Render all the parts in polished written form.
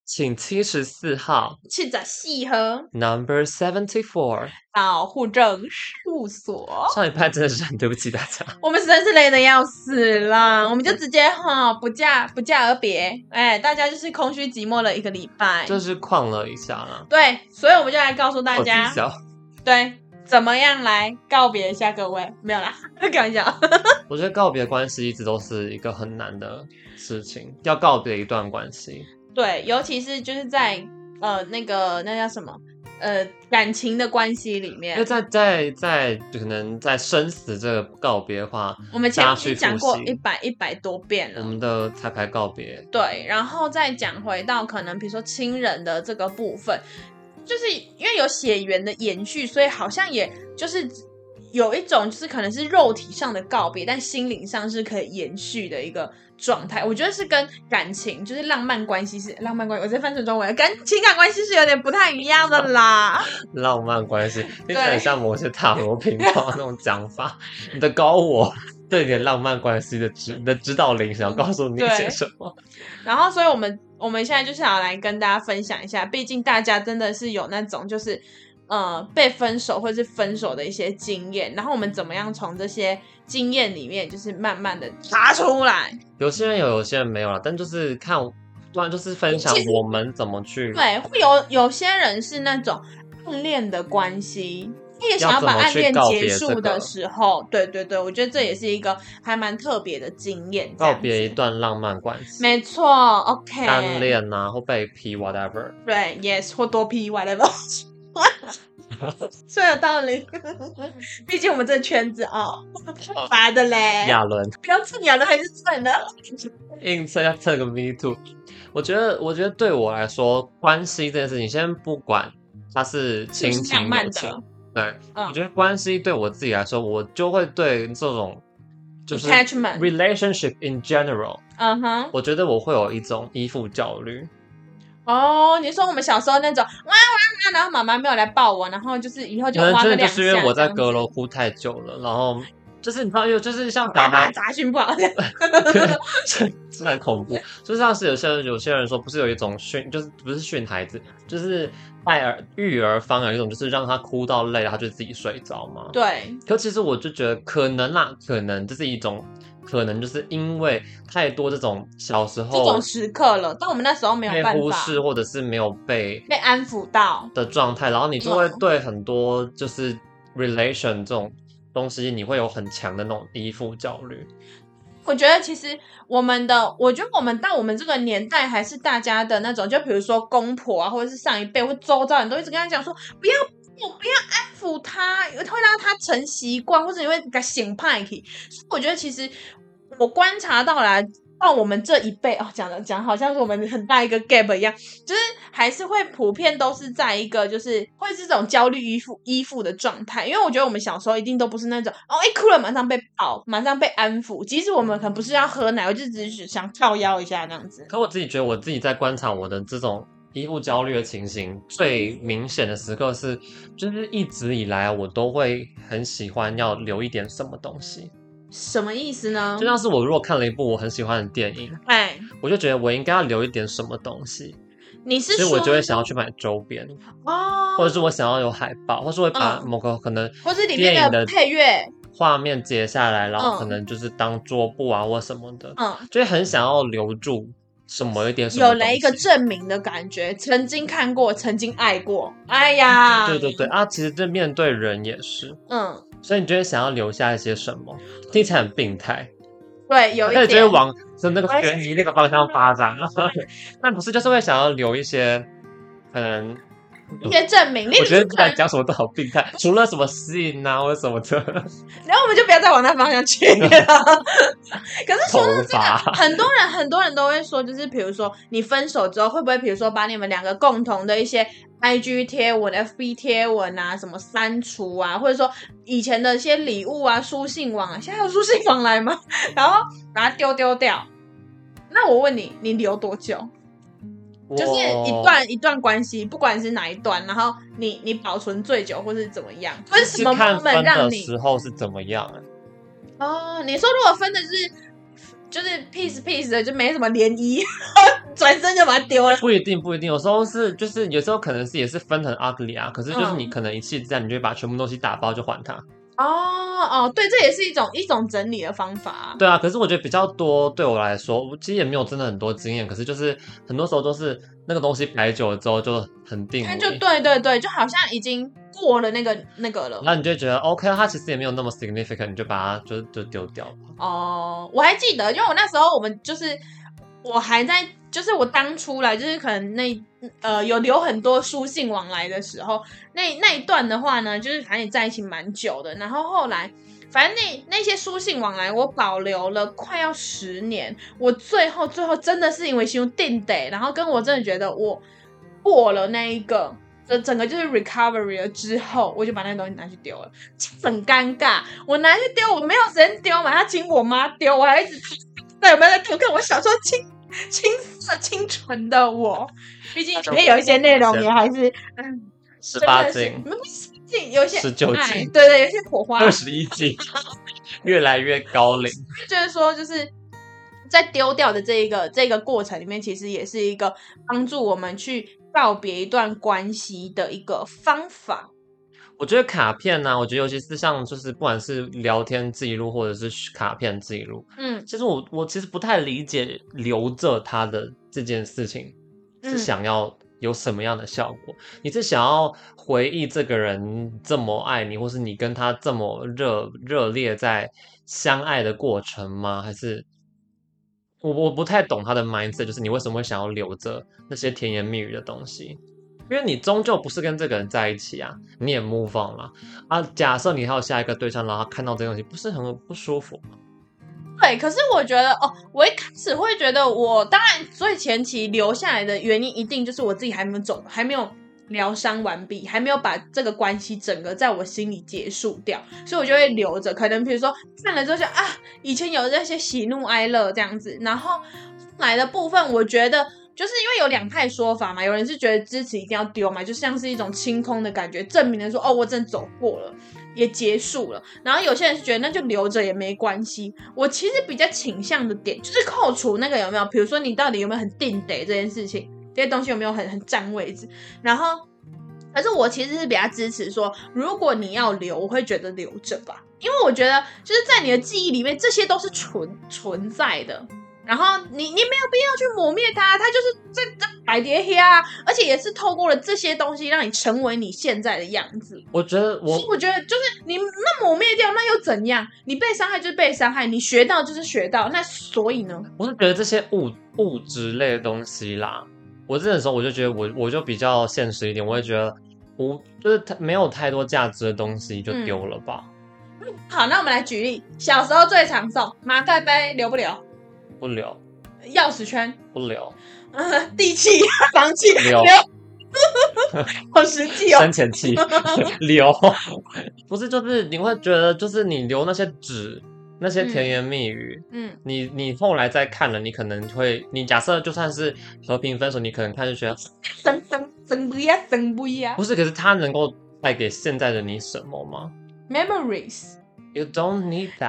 请74号 74号 Number 74 到户政事务所。 上一派真的是很对不起大家， 我们实在是累得要死了，我们就直接不驾而别，大家就是空虚寂寞了一个礼拜， 就是旷了一下啦。 对，所以我们就来告诉大家，对，怎么样来告别一下各位，没有啦，开玩笑。 我觉得告别关系一直都是一个很难的事情，要告别一段关系。 对，尤其是就是在那叫什么感情的关系里面， 因为在可能在生死这个告别的话， 我们前面讲过100多遍了， 我们的彩排告别。 对，然后再讲回到可能比如说亲人的这个部分，就是因为有血缘的延续，所以好像也就是有一种就是可能是肉体上的告别，但心灵上是可以延续的一个状态。我觉得是跟感情就是浪漫关系，我在翻成中文，跟情感关系是有点不太一样的啦。 浪漫关系听起来很像某些塔罗频道那种讲法。你的高我对你的浪漫关系的指导灵想要告诉你些什么？ 然后，所以我们现在就是想来跟大家分享一下，毕竟大家真的是有那种就是被分手或是分手的一些经验，然后我们怎么样从这些经验里面就是慢慢的查出来。 有些人有些人没有啦，但就是看突然就是分享我们怎么去对，会有些人是那种暗恋的关系，他也想要把暗恋结束的时候，对，我觉得这也是一个还蛮特别的经验， 告别一段浪漫关系。 没错 ，OK， 单恋啊，或被劈 whatever， 对 ，yes， 或多劈 whatever。说有道理，毕竟我们这圈子罚的嘞。 亚伦， 不要蹭亚伦还是算了， 硬蹭要蹭个 me too。我觉得对我来说，关系这件事情，先不管它是亲情友情，对，我觉得关系对我自己来说，我就会对这种就是 relationship in general， 我觉得我会有一种依附焦虑。 你说我们小时候那种哇，然后妈妈没有来抱我，然后就是以后就挖个2下， 就是因为我在阁楼哭太久了，然后就是你知道，就是像小孩杂讯不好， 真的很恐怖。就像是有些人说，不是有一种就是不是训孩子，就是育儿方有一种，就是让他哭到累了，他就自己睡着嘛。 对。 可其实我就觉得可能这是一种。可能就是因为太多这种小时候这种时刻了，但我们那时候没有办法被忽视，或者是没有被安抚到的状态，然后你就会对很多就是 relation 这种东西，你会有很强的那种依附焦虑。 我觉得其实我觉得我们到我们这个年代，还是大家的那种，就比如说公婆啊，或者是上一辈或周遭人都一直跟他讲说，不要安抚他，会让他成习惯，或者你会给他醒派去。所以我觉得其实我观察到到我们这一辈讲好像是我们很大一个 gap 一样，就是还是会普遍都是在一个就是会是这种焦虑依附的状态。因为我觉得我们小时候一定都不是那种一哭了马上被抱，马上被安抚，即使我们可能不是要喝奶，我就只是想靠腰一下这样子。 可我自己觉得我自己在观察我的这种依附焦虑的情形，最明显的时刻是，就是一直以来我都会很喜欢要留一点什么东西。 什么意思呢？ 就像是我如果看了一部我很喜欢的电影，我就觉得我应该要留一点什么东西。 你是说， 所以我就会想要去买周边或者是我想要有海报，或是会把某个可能或是里面的配乐画面截下来，然后可能就是当桌布啊或什么的，就会很想要留住什么一点什么， 有了一个证明的感觉，曾经看过，曾经爱过。哎呀， 对啊，其实这面对人也是，所以你就会想要留下一些什么，听起来很病态。 对，有一点， 就会往那个悬疑那个方向发展。但不是，就是会想要留一些可能一些证明。 我觉得不管讲什么都好病态，除了什么信啊或者什么的。 然后我们就不要再往那方向去了。可是说到这个，很多人都会说，就是比如说你分手之后，会不会比如说把你们两个共同的一些 IG 贴文、FB 贴文啊，什么删除啊，或者说以前的一些礼物啊、书信往来，现在有书信往来吗？然后把它丢掉。那我问你，你留多久？就是一段关系，不管是哪一段，然后你保存最久，或是怎么样，或是什么 moment 让你的时候是怎么样？ 你说如果分的是就是 peace 的，就没什么涟漪， 转身就把它丢了。 不一定，有时候是就是有时候可能是也是分很 ugly 啊，可是就是你可能一气之下，你就会把全部东西打包就还他。 对，这也是一种整理的方法。 对啊，可是我觉得比较多对我来说，我其实也没有真的很多经验，可是就是很多时候都是那个东西摆久了之后就很定位， 就对，就好像已经过了那个了， 然后你就会觉得 OK， 它其实也没有那么 significant， 你就把它就丢掉。 我还记得，因为我那时候我们就是我还在，就是我刚出来，就是可能有留很多书信往来的时候，那一段的话呢，就是反正也在一起蛮久的，然后后来。反正那些书信往来，我保留了快要10年。我最后真的是因为心定得，然后跟我真的觉得我过了那一个整个就是 recovery 了之后，我就把那个东西拿去丢了，很尴尬。我拿去丢，我没有时间丢嘛，他请我妈丢，我还一直在有没有在偷看我小时候青涩清纯的我。毕竟里面有一些内容也还是 18禁。 有一些 19禁， 对，有些火花 ，21禁，越来越高龄。 就是说，就是在丢掉的这个过程里面，其实也是一个帮助我们去告别一段关系的一个方法。 我觉得卡片呢，我觉得尤其是像就是不管是聊天记录或者是卡片记录，其实我其实不太理解留着它的这件事情是想要有什么样的效果？你是想要回忆这个人这么爱你，或是你跟他这么热烈在相爱的过程吗？还是我不太懂他的 mindset，就是你为什么会想要留着那些甜言蜜语的东西？因为你终究不是跟这个人在一起啊，你也 move on 了啊。假设你还有下一个对象，然后他看到这个东西，不是很不舒服吗？ 对，可是我觉得我一开始会觉得当然，所以前期留下来的原因，一定就是我自己还没有疗伤完毕，还没有把这个关系整个在我心里结束掉，所以我就会留着。可能比如说看了之后就以前有这些喜怒哀乐这样子，然后来的部分，我觉得。就是因为有两派说法嘛，有人是觉得支持一定要丢嘛，就像是一种清空的感觉，证明了说我真的走过了，也结束了。然后有些人是觉得那就留着也没关系。我其实比较倾向的点就是扣除那个有没有，比如说你到底有没有很定得这件事情，这些东西有没有很占位置。然后，可是我其实是比较支持说，如果你要留，我会觉得留着吧，因为我觉得就是在你的记忆里面，这些都是存在的。然后你没有必要去抹灭它，它就是在摆碟黑啊，而且也是透过了这些东西让你成为你现在的样子。 我觉得就是你那抹灭掉那又怎样？你被伤害就是被伤害，你学到就是学到，那所以呢？ 我是觉得这些物质类的东西啦，我这种时候我就觉得我就比较现实一点，我会觉得就是没有太多价值的东西就丢了吧。 好，那我们来举例，小时候最常送马赛杯，留不留？ 不留。 钥匙圈不留。 地契房契留。 好实际哦。 生前契留。不是，就是你会觉得，就是你留那些纸，那些甜言蜜语，你后来再看了，你可能会，你假设就算是和平分手，你可能看就觉得生不一样。 不是，可是它能够带给现在的你什么吗 ？Memories。You don't need that.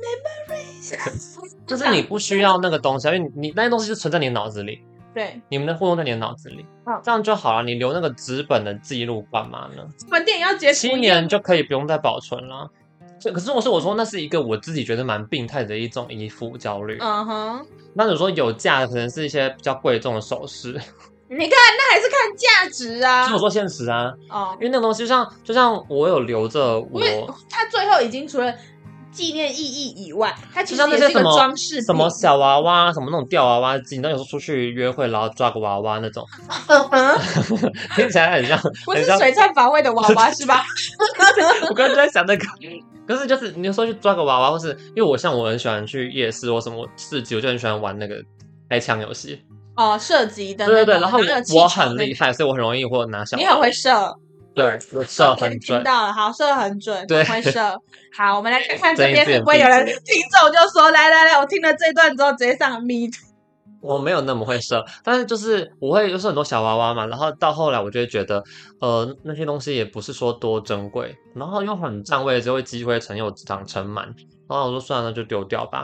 Memories. 就是你不需要那个东西，因为你那些东西就存在你的脑子里。 对， 你们的互动在你的脑子里，这样就好了。你留那个纸本的记录干嘛呢？ 电影要结束 7年就可以不用再保存了。可是我说那是一个我自己觉得蛮病态的一种依附焦虑。那有时候有价的可能是一些比较贵重的首饰。 你看，那还是看价值啊。 其实我说现实啊，因为那个东西就像我有留着它最后已经除了纪念意义以外，它其实也是一个装饰品， 什么小娃娃，什么那种吊娃娃机，你知道有时候出去约会，然后抓个娃娃那种，听起来很像， 不是水上法会的娃娃是吧？ 我刚刚就在想那个，可是就是你有时候去抓个娃娃，或是因为我很喜欢去夜市或什么市集，我就很喜欢玩那个开枪游戏。 射击的， 对，然后我很厉害，所以我很容易会拿小娃娃。 你很会射。 对，我射很准。 听到了，好，射很准， 对， 会射。好，我们来看看这边会不会有人听众就说，来，我听了这段之后直接上 me。 我没有那么会射，但是就是我会就是很多小娃娃嘛，然后到后来我就会觉得，那些东西也不是说多珍贵，然后又很占位，就会积灰尘又长尘螨，然后我说算了，就丢掉吧。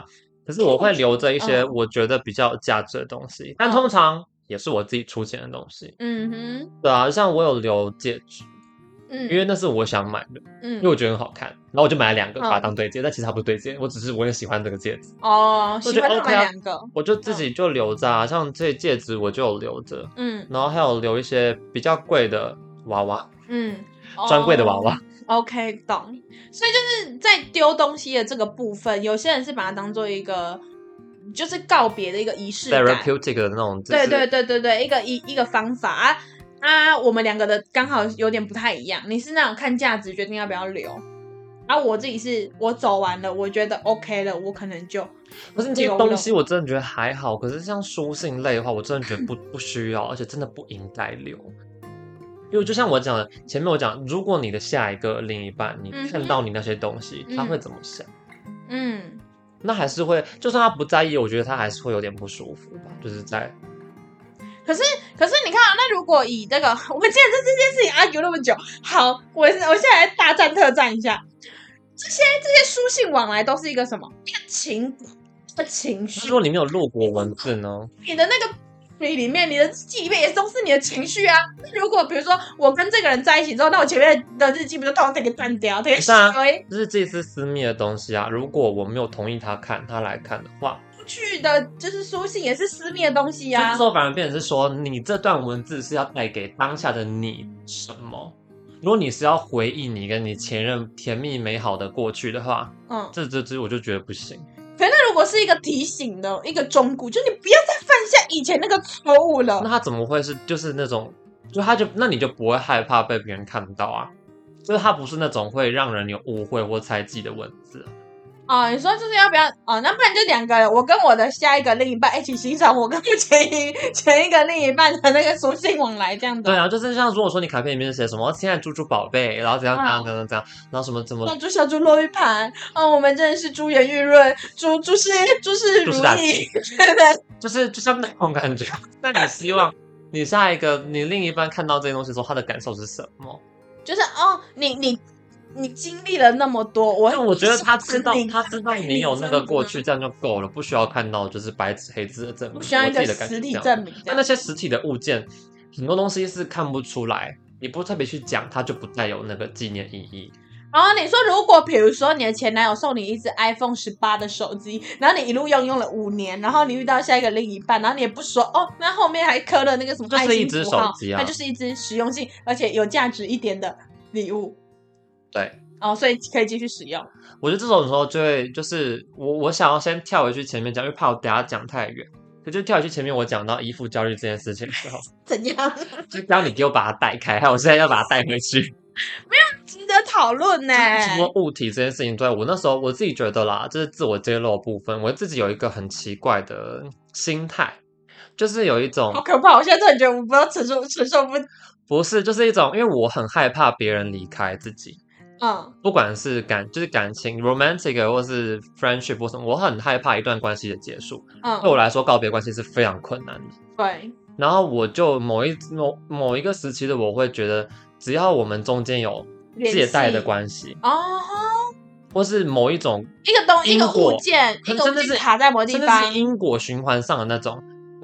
可是我会留着一些我觉得比较有价值的东西，但通常也是我自己出钱的东西。对啊，像我有留戒指。因为那是我想买的，因为我觉得很好看，然后我就买了2个把它当对戒，但其实它不是对戒，我只是我很喜欢这个戒指。 喜欢就买2个， 我就自己就留着啊，像这些戒指我就有留着，然后还有留一些比较贵的娃娃，专柜的娃娃。 OK， 懂。所以就是在丢东西的这个部分，有些人是把它当做一个就是告别的一个仪式感 ，therapeutic 的那种， 对，一个方法。我们2个的刚好有点不太一样。你是那种看价值决定要不要留，我自己是我走完了，我觉得 OK 了，我可能就可是这些东西我真的觉得还好。可是像书信类的话，我真的觉得不需要，而且真的不应该留。因为就像我讲的，前面我讲，如果你的下一个另一半，你看到你那些东西，他会怎么想？那还是会，就算他不在意，我觉得他还是会有点不舒服吧，就是在。 可是你看那如果以这个，我们既然这件事情argue那么久，好，我现在来大战特战一下，这些书信往来都是一个什么？一个情绪。 如果你没有落过文字呢？ 你的那个里面，你的日记里面也都是你的情绪啊。如果比如说我跟这个人在一起之后，那我前面的日记不就通通给断掉？对啊，日记是私密的东西啊。如果我没有同意他来看的话。 去的就是书信也是私密的东西啊， 这时候反而变成是说，你这段文字是要带给当下的你什么？如果你是要回忆你跟你前任甜蜜美好的过去的话，这我就觉得不行。 可是那如果是一个提醒的一个忠告，就你不要再犯下以前那个错误了。 那他怎么会是就是那种，那你就不会害怕被别人看到啊？就是他不是那种会让人有误会或猜忌的文字。 你说就是要不要那不然就2个人，我跟我的下一个另一半一起欣赏我跟前一个另一半的那个书信往来这样子。 对啊，就是像如果说你卡片里面写什么亲爱的猪猪宝贝，然后怎样，然后什么怎么小猪落玉盘我们真的是珠圆玉润，诸事如意， 就是就像那种感觉。那你希望你下一个你另一半看到这些东西的时候，他的感受是什么？ 就是你经历了那么多， 我觉得他知道你有那个过去，这样就够了，不需要看到就是白纸黑字的证明， 不需要一个实体证明。 那些实体的物件，很多东西是看不出来，你不特别去讲，它就不带有那个纪念意义。 你说如果比如说你的前男友送你一只 iPhone 18的手机，然后你一路用了5年，然后你遇到下一个另一半，然后你也不说那后面还刻了那个什么爱心符号，它就是一只实用性而且有价值一点的礼物。 对所以可以继续使用。 我觉得这种时候就会就是我想要先跳回去前面讲，因为怕我等下讲太远，就跳回去前面我讲到依附焦虑这件事情的时候， 怎样？ 就刚你给我把它带开，还有我现在要把它带回去， 没有值得讨论呢。 除了物体这件事情之外，我那时候我自己觉得啦，这是自我揭露的部分，我自己有一个很奇怪的心态，就是有一种好可怕，我现在突然觉得我不知道承受不是，就是一种因为我很害怕别人离开自己。不管是感情 romantic 或是 friendship 或什么，我很害怕一段关系的结束。对我来说告别关系是非常困难的。 对， 然后我就某一个时期的我会觉得，只要我们中间有借贷的关系或是某一种一个物件，一个物件卡在某地方， 甚至是因果循环上的那种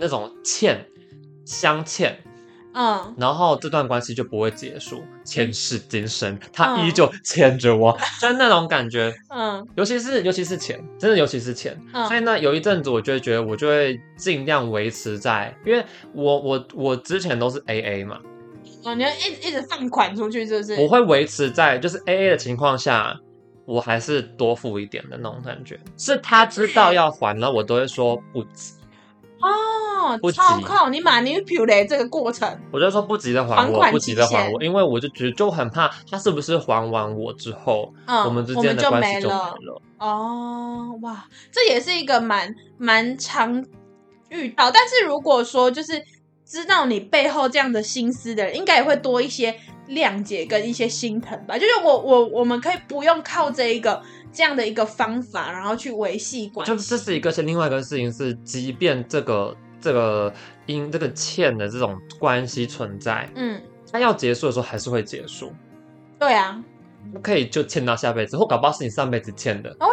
相欠。然后这段关系就不会结束，前世今生他依旧牵着我，就是那种感觉。尤其是钱，真的尤其是钱。所以呢，有一阵子我就会觉得，我就会尽量维持在，因为我之前都是 AA 嘛。 你要一直放款出去，是不是？ 我会维持在就是 AA 的情况下，我还是多付一点的那种感觉。是他知道要还了，我都会说不急。 操控你manipulate这个过程， 我就说不急的还我，不急的还我，因为我就觉得就很怕他是不是还完我之后，我们之间的关系就没了。 哇，这也是一个蛮常遇到，但是如果说就是知道你背后这样的心思的人，应该也会多一些谅解跟一些心疼吧。就是我们可以不用靠这样的一个方法，然后去维系关系。 就这是一个，另外一个事情是，即便这个欠的这种关系存在，它要结束的时候还是会结束。 对啊， 可以就欠到下辈子，或搞不好是你上辈子欠的。 我的心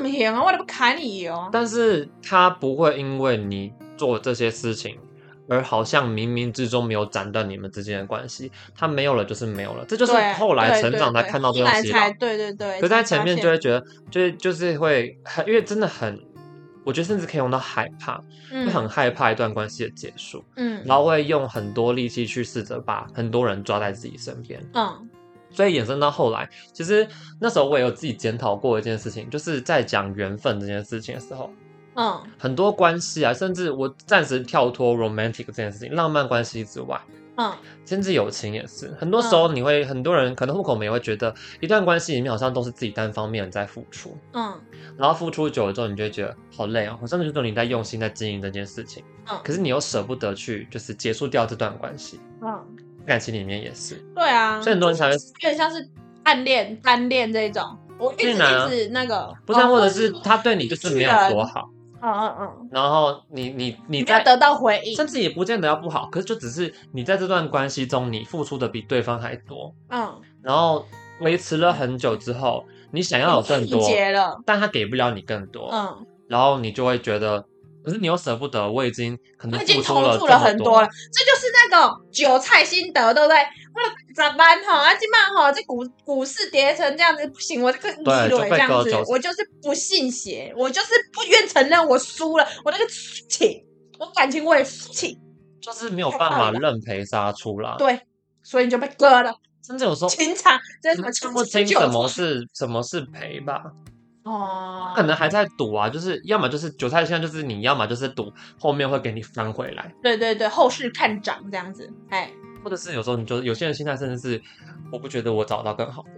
不行啊，我都不砍你哦。 但是他不会因为你做这些事情，而好像冥冥之中没有斩断你们之间的关系，他没有了就是没有了，这就是后来成长才看到这东西了。 对， 可是在前面就会觉得，就是会很，因为真的很，我觉得甚至可以用到害怕，会很害怕一段关系的结束，然后会用很多力气去试着把很多人抓在自己身边，所以衍生到后来，其实那时候我也有自己检讨过一件事情，就是在讲缘分这件事情的时候，很多关系啊，甚至我暂时跳脱 romantic 这件事情，浪漫关系之外，甚至友情也是，很多时候你会，很多人可能户口们也会觉得，一段关系里面好像都是自己单方面在付出，然后付出久了之后，你就会觉得好累哦，好像就是你在用心在经营这件事情，可是你又舍不得去，就是结束掉这段关系，感情里面也是， 对啊， 所以很多人才会有点像是暗恋、单恋这种，我一直那个， 不是，或者是他对你就是没有多好。然后你在得到回应， 甚至也不见得要不好，可是就只是你在这段关系中，你付出的比对方还多，然后维持了很久之后，你想要有更多，但他给不了你更多，然后你就会觉得，可是你又舍不得，我已经可能付出了很多了，这就是那个韭菜心得，对不对？我咋办哈？今晚哈，这股市跌成这样子不行，我这个逆雷这样子，我就是不信邪，我就是不愿承认我输了，我那个情，我感情我也输气， 就是没有办法认赔杀出啦。 对，所以你就被割了。 甚至有时候情场，这什么看不清什么是赔吧？可能还在赌啊，就是要么就是韭菜，现在就是你要么就是赌后面会给你翻回来， 对，后市看涨这样子， 或者是有时候你就有些人心态甚至是我不觉得我找到更好的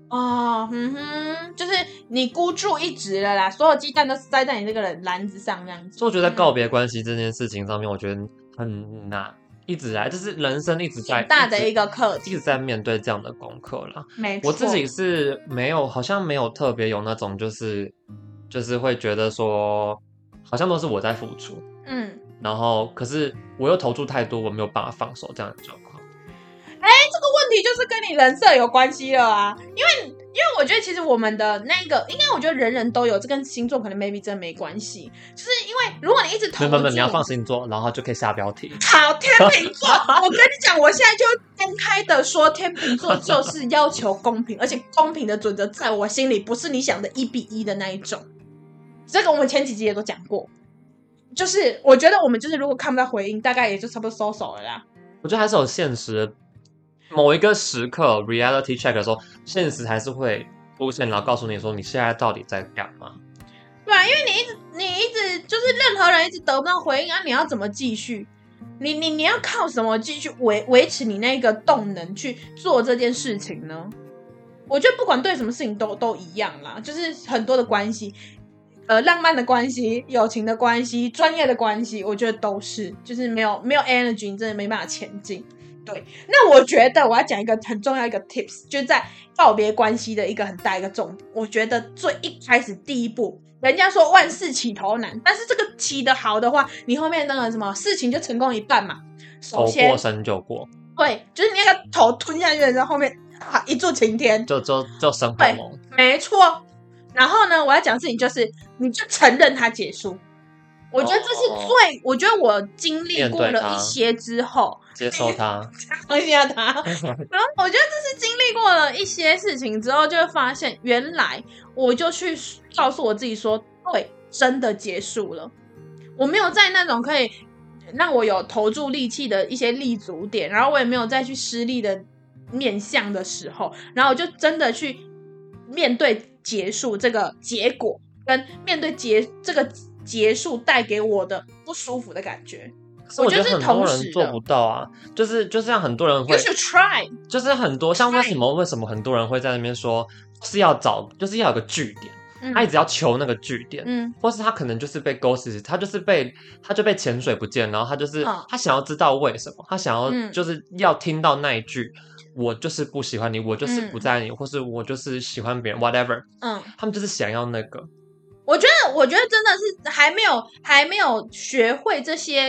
就是你孤注一掷了啦，所有鸡蛋都塞在你这个篮子上这样子。 所以我觉得在告别关系这件事情上面，我觉得很难，一直来就是人生一直在大的一个课题， 一直在面对这样的功课啦。 没错， 我自己是没有，好像没有特别有那种就是会觉得说，好像都是我在付出，然后可是我又投注太多，我没有办法放手这样的状况。 这个问题就是跟你人设有关系了啊，因为我觉得其实我们的那个，应该我觉得人人都有，这跟星座可能 maybe 真没关系，就是因为如果你一直投注， 你要放星座，然后就可以下标题。 好，天秤座，我跟你讲，我现在就公开的说，天秤座就是要求公平，而且公平的准则在我心里不是你想的1:1的那一种。这个我们前几集也都讲过，就是我觉得我们就是如果看不到回应，大概也就差不多收手了啦。 我觉得还是有现实的。某一个时刻 reality check 的时候，现实还是会出现，然后告诉你说你现在到底在干嘛。 对啊，因为你一直就是任何人一直得不到回应啊，你要怎么继续？你要靠什么继续维持你那个动能去做这件事情呢？我觉得不管对什么事情都一样啦，就是很多的关系，浪漫的关系、友情的关系、专业的关系，我觉得都是，就是没有 energy， 你真的没办法前进。对，那我觉得我要讲一个很重要一个 tips， 就是在告别关系的一个很大一个重点。我觉得最一开始第一步，人家说万事起头难，但是这个起得好的话，你后面那个什么事情就成功一半嘛。首先， 头过身就过。 对，就是你那个头吞下去的时候，后面一柱擎天， 就生荷蒙。 没错。然后呢，我要讲的事情就是，你就承认它结束。我觉得这是我觉得我经历过了一些之后， 接受它， 放下它。然后我觉得这是经历过了一些事情之后，就会发现原来我就去告诉我自己说，对，真的结束了。我没有在那种可以让我有投注力气的一些立足点，然后我也没有再去失利的面向的时候，然后我就真的去面对结束这个结果，跟面对这个结束带给我的不舒服的感觉。 我觉得很多人做不到啊，就是像很多人会 You should try， 就是很多像为什么很多人会在那边说就是要有个据点，他一直要求那个据点，或是他可能就是被 ghost， 他就被潜水不见，然后他就是他想要知道为什么，他想要就是要听到那一句我就是不喜欢你，我就是不在你，或是我就是喜欢别人 whatever，他们就是想要那个。 我觉得真的是还没有学会这些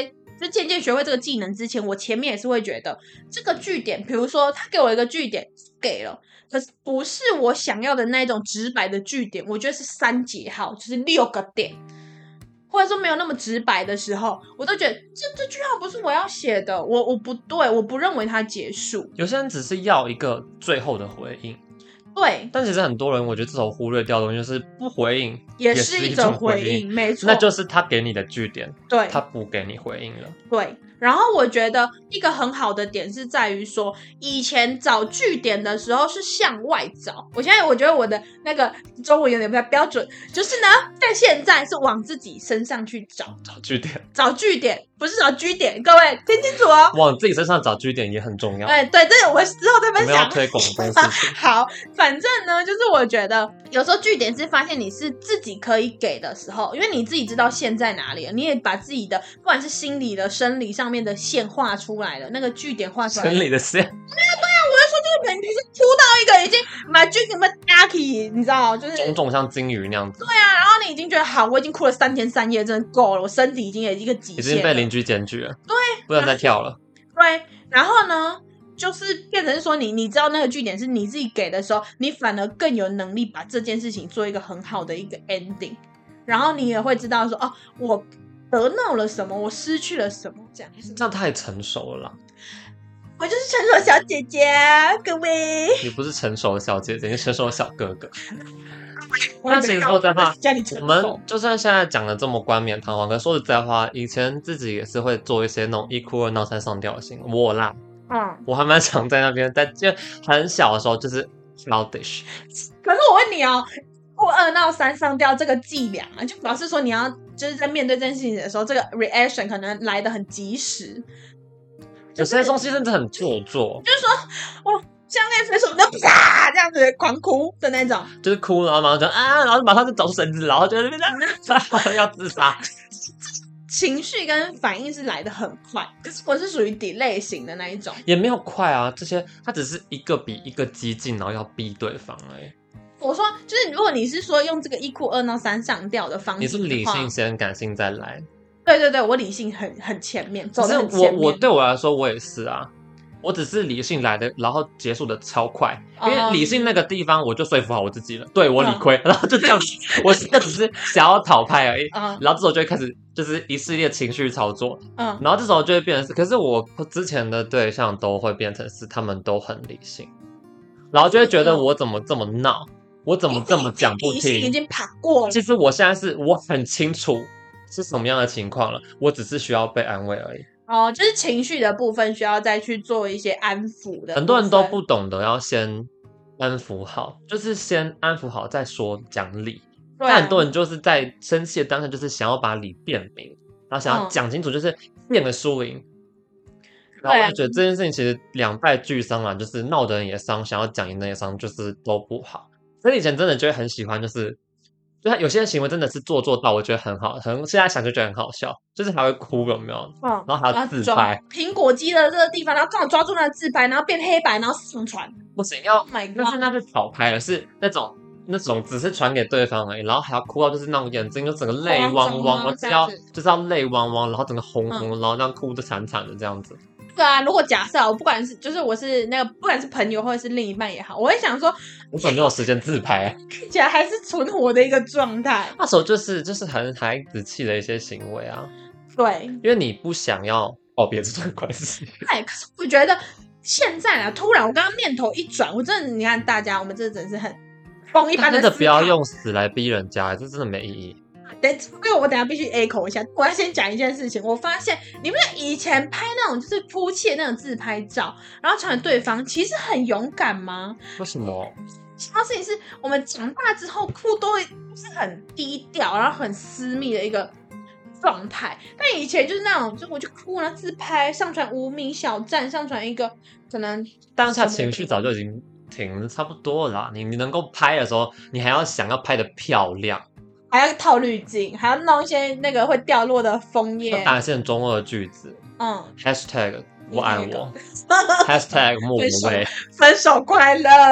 就渐渐学会这个技能之前，我前面也是会觉得这个句点，比如说他给我一个句点给了，可是不是我想要的那种直白的句点，我觉得是3节号，就是6个点。或者说没有那么直白的时候，我都觉得这句话不是我要写的，我不对，我不认为它结束。 有些人只是要一个最后的回应， 对。 但其实很多人，我觉得这首忽略掉的东西就是不回应也是一种回应，没错， 那就是他给你的句点， 对， 他不给你回应了， 对。然后我觉得一个很好的点是在于说，以前找句点的时候是向外找，我现在我觉得我的那个中文有点不太标准，就是呢，在现在是往自己身上去找句点， 找句点，不是找句点，各位听清楚哦。 往自己身上找句点也很重要。 对，这个我之后再分享。 我们要推广这件事情。 好，反正呢，就是我觉得有时候句点是发现你是自己可以给的时候，因为你自己知道线在哪里了，你也把自己的不管是心理的、生理上面的线画出来了，那个句点画出来了。 生理的线。对啊，我就说这个人就是哭到一个已经把句什么打起，你知道，就是种种像金鱼那样子。 对啊，然后你已经觉得好，我已经哭了3天3夜，真的够了，我身体已经有一个极限了， 已经被邻居检举了。 对， 不能再跳了。 对，然后呢？就是变成是说你知道那个句点是你自己给的时候，你反而更有能力把这件事情做一个很好的一个 ending， 然后你也会知道说哦，我得到了什么，我失去了什么，这样太成熟了啦。 我就是成熟小姐姐，各位。 你不是成熟的小姐姐，你是成熟的小哥哥。那其实说真话，我们就算现在讲的这么冠冕堂皇，可说实在话，以前自己也是会做一些那种1哭2闹3上吊的行为。我啦。我还蛮常在那边，但就很小的时候就是 childish。 可是我问你哦，1哭2闹3上吊这个伎俩啊，就表示说你要就是在面对这件事情的时候，这个 reaction 可能来得很及时。 有些东西真的很做作， 就是说我相恋分手，就啪这样子狂哭的那种， 就是哭，然后马上就啊，然后马上就找出绳子，然后就在那边要自杀。 情绪跟反应是来得很快，可是我是属于 delay 型的那一种， 也没有快啊，这些它只是一个比一个激进，然后要逼对方而已。 我说就是，如果你是说用这个1哭2闹3上吊的方式， 你是理性先，感性再来。 对，我理性很前面，走得很前面。 我对我来说，我也是啊。我只是理性来的，然后结束的超快，因为理性那个地方我就说服好我自己了，对我理亏，然后就这样子，我现在只是想要讨拍而已，然后这时候就会开始就是一系列情绪操作，然后这时候就会变成是，可是我之前的对象都会变成是他们都很理性，然后就会觉得我怎么这么闹，我怎么这么讲不听， 理性已经爬过了。 其实我现在是我很清楚是什么样的情况了，我只是需要被安慰而已。 就是情绪的部分需要再去做一些安抚的。 很多人都不懂得要先安抚好，就是先安抚好再说讲理。但很多人就是在生气的当下，就是想要把理辩明，然后想要讲清楚，就是辩个输赢。然后我就觉得这件事情其实两败俱伤啦，就是闹的人也伤，想要讲赢的也伤，就是都不好。所以以前真的就会很喜欢，就是他有些行为真的是做到，我觉得很好，现在想就觉得很好笑，就是还会哭有没有？然后还要自拍苹果肌的这个地方，然后刚好抓住那个自拍，然后变黑白，然后上传。 不行，要那是跑拍了，是那种只是传给对方而已，然后还要哭到就是那种眼睛就整个泪汪汪，就是要泪汪汪，然后整个红红，然后这样哭得惨惨的这样子。 对啊，如果假设我不管是就是我是那个不管是朋友或者是另一半也好，我会想说， 我怎么没有时间自拍啊？ 看起来还是存活的一个状态。 那时候就是很孩子气的一些行为啊。 对， 因为你不想要告别这段关系。 对，可是我觉得现在啊，突然我刚刚念头一转，我真的你看大家，我们这真的是很疯一般的思考。 真的不要用死来逼人家，这真的没意义。 因为我等一下必须 echo 一下，我要先讲一件事情。我发现你们以前拍那种就是哭泣的那种自拍照，然后传给对方，其实很勇敢吗？ 为什么？ 主要事情是我们长大之后哭都是很低调，然后很私密的一个状态。但以前就是那种，就我就哭了自拍，上传无名小站，上传一个可能当下情绪早就已经停了差不多了啦。你能够拍的时候，你还要想要拍的漂亮。 还要套滤镜，还要弄一些那个会掉落的枫叶， 打一些很中二的句子。#hashtag 我爱我#hashtag莫文蔚分手快乐。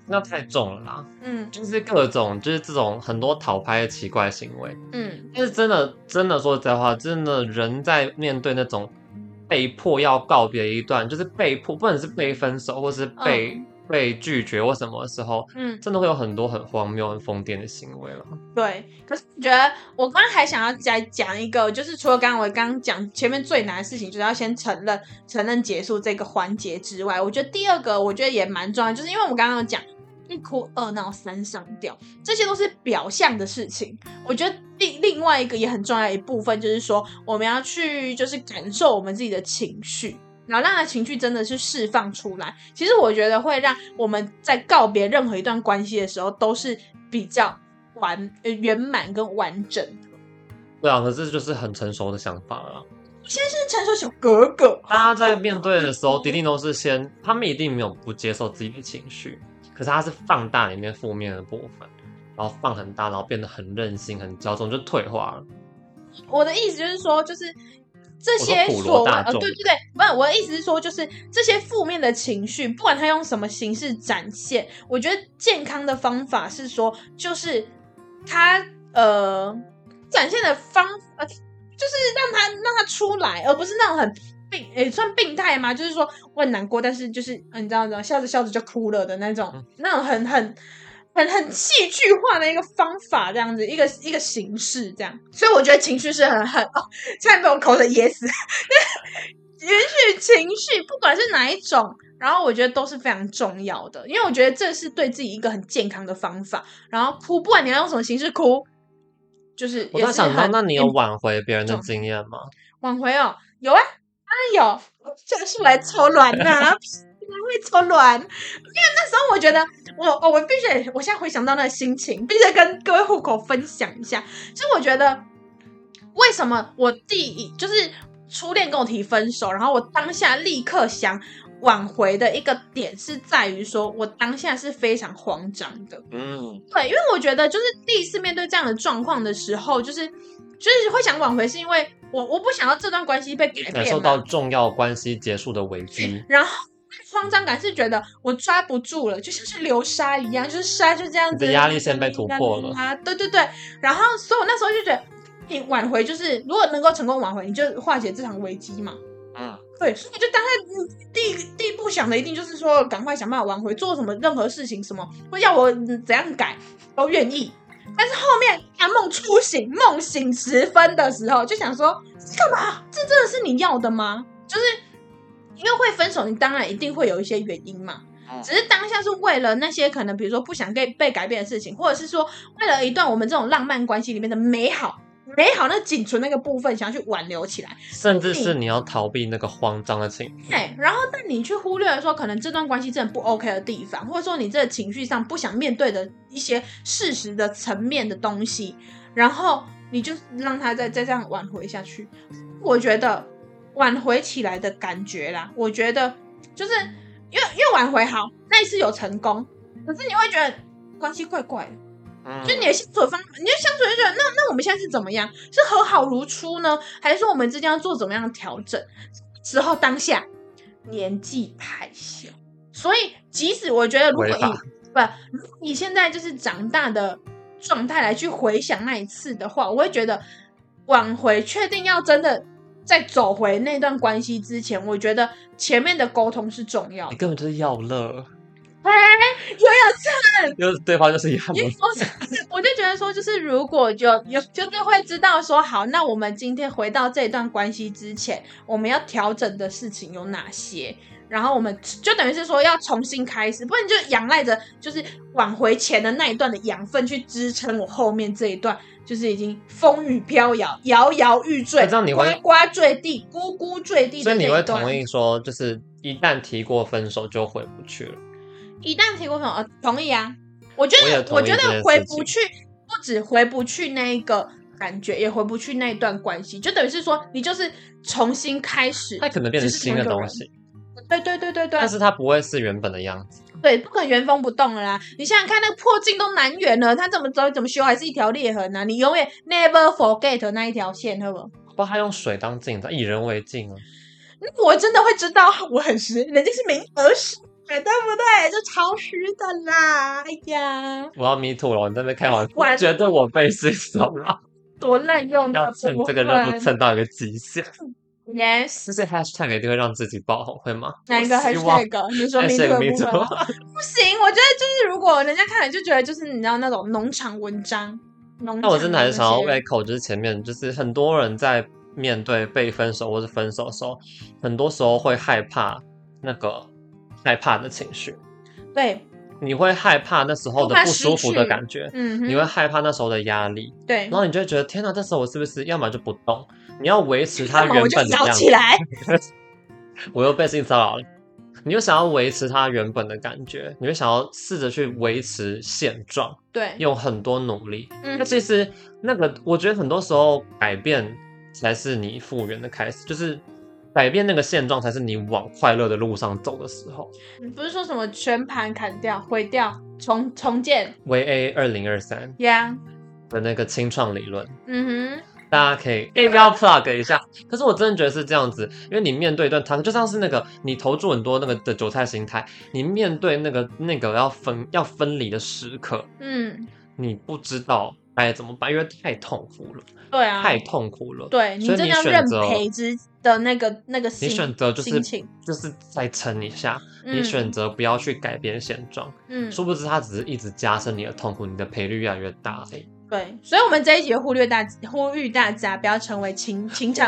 那太重了啦。就是各种就是这种很多讨拍的奇怪行为。但是真的说实在话，真的人在面对那种被迫要告别一段，就是被迫，不管是被分手或是被拒绝或什么的时候，真的会有很多很荒谬、很疯癫的行为了。 对，可是我觉得我刚刚还想要再讲一个，就是除了我刚刚讲前面最难的事情，就是要先承认结束这个环节之外，我觉得第二个我觉得也蛮重要，就是因为我们刚刚有讲一哭二闹三上吊，这些都是表象的事情。我觉得另外一个也很重要的一部分，就是说我们要去就是感受我们自己的情绪。然后让他情绪真的是释放出来，其实我觉得会让我们在告别任何一段关系的时候都是比较圆满跟完整的。 对啊，可是就是很成熟的想法了。 现在是成熟小哥哥， 大家在面对的时候一定都是他们一定没有不接受自己的情绪，可是他是放大里面负面的部分，然后放很大，然后变得很任性很骄纵，就退化了。 我的意思就是说，就是这些所谓对，不是我的意思是说，就是这些负面的情绪，不管他用什么形式展现，我觉得健康的方法是说，就是他展现的就是让他出来，而不是那种很算病态吗？就是说我很难过，但是就是你知道笑着笑着就哭了的那种，那种很戏剧化的一个方法，这样子一个形式，这样，所以我觉得情绪是差点被我口水噎死。允许情绪，不管是哪一种，然后我觉得都是非常重要的，因为我觉得这是对自己一个很健康的方法。然后哭，不管你要用什么形式哭，就是我在想到，那你有挽回别人的经验吗？ 挽回哦，有啊，当然有，就是来抽卵啊。会抽卵，因为那时候我觉得我必须，我现在回想到那个心情，必须跟各位户口分享一下。其实我觉得，为什么我就是初恋跟我提分手，然后我当下立刻想挽回的一个点是在于说，我当下是非常慌张的。对，因为我觉得就是第一次面对这样的状况的时候，就是会想挽回，是因为我不想要这段关系被改变， 感受到重要关系结束的危机， 然后。慌张感是觉得我抓不住了，就像是流沙一样，就是沙就这样子， 你的压力线被突破了。 对，然后所以我那时候就觉得，你挽回就是如果能够成功挽回，你就化解这场危机嘛。对，所以就当下第一步想的一定就是说，赶快想办法挽回，做什么任何事情，什么会要我怎样改都愿意。但是后面他梦醒时分的时候，就想说干嘛？这真的是你要的吗？就是因为会分手，你当然一定会有一些原因嘛。只是当下是为了那些可能，比如说不想被改变的事情，或者是说为了一段我们这种浪漫关系里面的美好那仅存那个部分，想要去挽留起来， 甚至是你要逃避那个慌张的情绪。 然后但你去忽略了说，可能这段关系真的不 OK 的地方，或者说你这个情绪上不想面对的一些事实的层面的东西，然后你就让他再这样挽回下去。我觉得挽回起来的感觉啦，我觉得就是因为挽回好那一次有成功，可是你会觉得关系怪怪的。就你的相处的方法，你就相处就觉得那我们现在是怎么样？是和好如初呢，还是说我们之间要做怎么样的调整？之后当下年纪太小，所以即使我觉得如果以现在就是长大的状态来去回想那一次的话，我会觉得挽回确定要真的在走回那段关系之前，我觉得前面的沟通是重要的。 你根本就是要乐。 有对方就是一样的。 我就觉得说，就是如果就是会知道说，好，那我们今天回到这段关系之前，我们要调整的事情有哪些？然后我们就等于是说要重新开始，不然就仰赖着就是挽回前的那一段的养分去支撑我后面这一段，就是已经风雨飘摇、摇摇欲坠、呱呱坠地、咕咕坠地的这一段。 所以你会同意说，就是一旦提过分手就回不去了？ 一旦提过分手，同意啊。我觉得回不去，不止回不去那一个感觉，也回不去那一段关系，就等于是说你就是重新开始， 它可能变成新的东西。 对， 但是它不会是原本的样子。 对，不可能原封不动了啦。你想想看，那个破镜都难圆了，它怎么修还是一条裂痕啊？你永远 never forget 那一条线，好不好？ 不，他用水当镜子，以人为镜啊。 我真的会知道我很湿，人家是名儿湿。 对不对？就超虚的啦！哎呀， 我要 me too 了，你在那边开玩笑，我觉得我被性骚扰， 多滥用的要蹭这个热度蹭到一个极限。 Yes， 这些 hashtag 一定会让自己爆红，会吗？ 哪一个 hashtag？ 你说 me too 的部分吗？不行，我觉得就是如果人家看了就觉得就是你知道那种农场文章。 那我真的还是想要 echo，就是前面就是很多人在面对被分手或是分手的时候，很多时候会害怕那个害怕的情绪。 对， 你会害怕那时候的不舒服的感觉，你会害怕那时候的压力， 对， 然后你就会觉得天哪，这时候我是不是要么就不动，你要维持它原本的样子。 起来， 我又被性骚扰了。你又想要维持它原本的感觉，你会想要试着去维持现状， 对， 用很多努力。那其实那个，我觉得很多时候改变才是你复原的开始，就是改变那个现状才是你往快乐的路上走的时候。 不是说什么全盘砍掉、毁掉、重建 VA 2023 ，Yeah 的那个清创理论， 嗯哼。 大家可以不要 plug 一下。可是我真的觉得是这样子，因为你面对一段汤，就像是那个你投注很多那个的韭菜心态，你面对那个要分离的时刻，你不知道该怎么办，因为太痛苦了。 对啊， 太痛苦了。 对， 所以你选择认赔之的那个你选择就是心就是再撑一下，你选择不要去改变现状，殊不知它只是一直加深你的痛苦，你的赔率越来越大而已。 对，所以我们这一集呼吁大家不要成为情场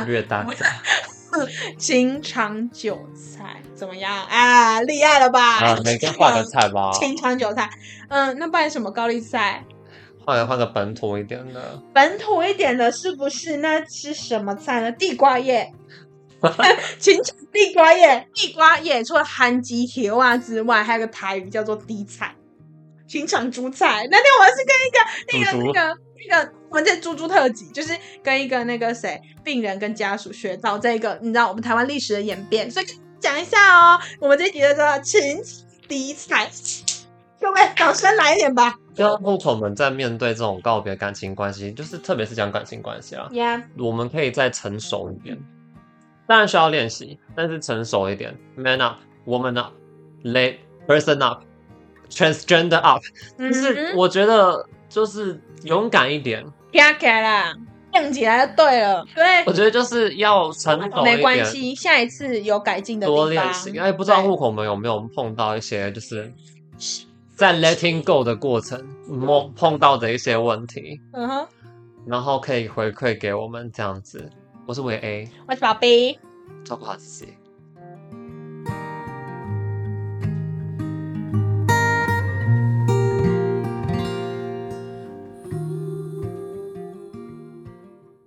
韭菜，怎么样啊？厉害了吧？ 啊，每天换个菜吧。 情场韭菜，那不然什么高丽菜？ 换个本土一点的。 本土一点的是不是？那是什么菜呢？地瓜叶。情场地瓜叶除了韩吉球啊之外，还有个台语叫做地菜。情场猪菜，那天我是跟一个我们这猪特辑，就是跟一个那个病人跟家属学到这个，你知道我们台湾历史的演变，所以讲一下哦。我们这集就叫情敌菜，各位掌声来一点吧。 就户口们在面对这种告别感情关系，就是特别是讲感情关系啦，我们可以再成熟一点，当然需要练习，但是成熟一点 ，man up, woman up, person up。Transgender up， 就是我觉得就是勇敢一点， 跳起来啦，亮起来就对了。对， 我觉得就是要成熟一点， 没关系，下一次有改进的地方多练习。不知道户口们有没有碰到一些就是在 letting go 的过程碰到的一些问题，然后可以回馈给我们这样子。我是维 A， 我是宝贝， 照顾好自己。